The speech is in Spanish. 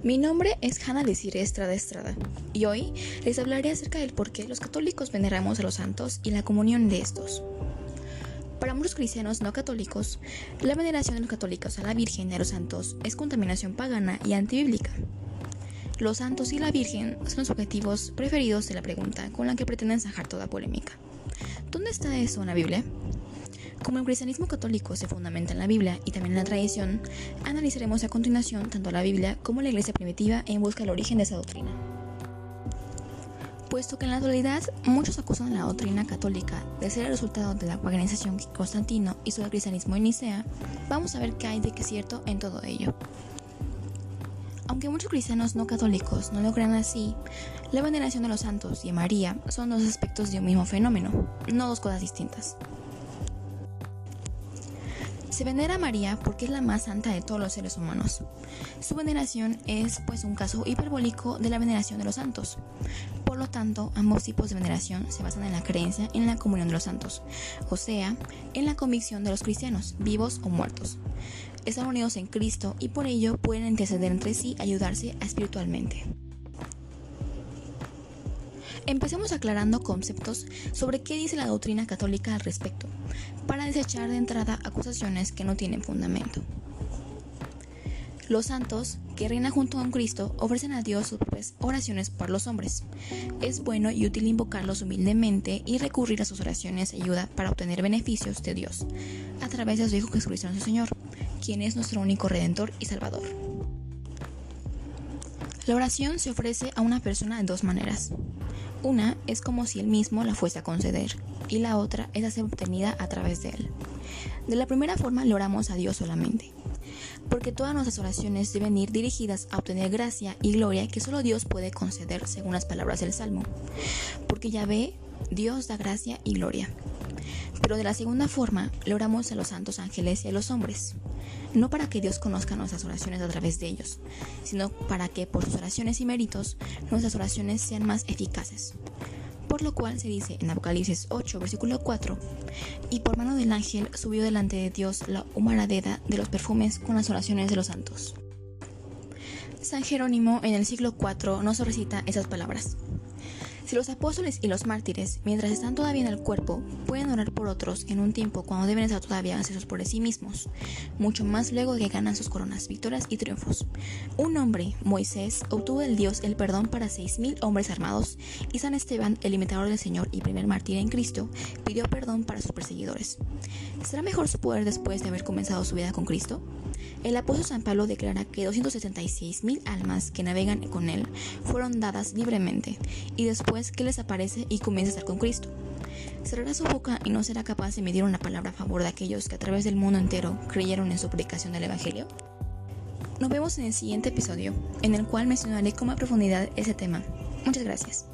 Mi nombre es Hanna Desiree Estrada Estrada y hoy les hablaré acerca del por qué los católicos veneramos a los santos y la comunión de estos. Para muchos cristianos no católicos, la veneración de los católicos a la Virgen y a los santos es contaminación pagana y antibíblica. Los santos y la Virgen son los objetivos preferidos de la pregunta con la que pretenden zanjar toda polémica. ¿Dónde está eso en la Biblia? Como el cristianismo católico se fundamenta en la Biblia y también en la tradición, analizaremos a continuación tanto la Biblia como la Iglesia primitiva en busca del origen de esa doctrina. Puesto que en la actualidad muchos acusan a la doctrina católica de ser el resultado de la paganización que Constantino hizo del cristianismo en Nicea, vamos a ver qué hay de cierto en todo ello. Aunque muchos cristianos no católicos no lo crean así, la veneración de los santos y a María son dos aspectos de un mismo fenómeno, no dos cosas distintas. Se venera a María porque es la más santa de todos los seres humanos. Su veneración es pues un caso hiperbólico de la veneración de los santos. Por lo tanto, ambos tipos de veneración se basan en la creencia en la comunión de los santos, o sea, en la convicción de los cristianos, vivos o muertos. Están unidos en Cristo y por ello pueden interceder entre sí y ayudarse espiritualmente. Empecemos aclarando conceptos sobre qué dice la doctrina católica al respecto, para desechar de entrada acusaciones que no tienen fundamento. Los santos, que reinan junto con Cristo, ofrecen a Dios sus propias oraciones por los hombres. Es bueno y útil invocarlos humildemente y recurrir a sus oraciones y ayuda para obtener beneficios de Dios, a través de su Hijo Jesucristo nuestro Señor, quien es nuestro único Redentor y Salvador. La oración se ofrece a una persona de dos maneras. Una es como si él mismo la fuese a conceder, y la otra es a ser obtenida a través de él. De la primera forma le oramos a Dios solamente, porque todas nuestras oraciones deben ir dirigidas a obtener gracia y gloria que solo Dios puede conceder, según las palabras del Salmo, porque Yahvé, Dios da gracia y gloria. Pero de la segunda forma le oramos a los santos ángeles y a los hombres, no para que Dios conozca nuestras oraciones a través de ellos, sino para que por sus oraciones y méritos nuestras oraciones sean más eficaces. Por lo cual se dice en Apocalipsis 8, versículo 4, y por mano del ángel subió delante de Dios la humaradera de los perfumes con las oraciones de los santos. San Jerónimo en el siglo IV nos recita esas palabras. Si los apóstoles y los mártires, mientras están todavía en el cuerpo, pueden orar por otros en un tiempo cuando deben estar todavía ansiosos por sí mismos, mucho más luego que ganan sus coronas, victorias y triunfos. Un hombre, Moisés, obtuvo del Dios el perdón para 6,000 hombres armados, y San Esteban, el imitador del Señor y primer mártir en Cristo, pidió perdón para sus perseguidores. ¿Será mejor su poder después de haber comenzado su vida con Cristo? El apóstol San Pablo declara que 276,000 almas que navegan con él fueron dadas libremente, y después que les aparece y comienza a estar con Cristo. ¿Cerrará su boca y no será capaz de medir una palabra a favor de aquellos que a través del mundo entero creyeron en su predicación del Evangelio? Nos vemos en el siguiente episodio, en el cual mencionaré con más profundidad ese tema. Muchas gracias.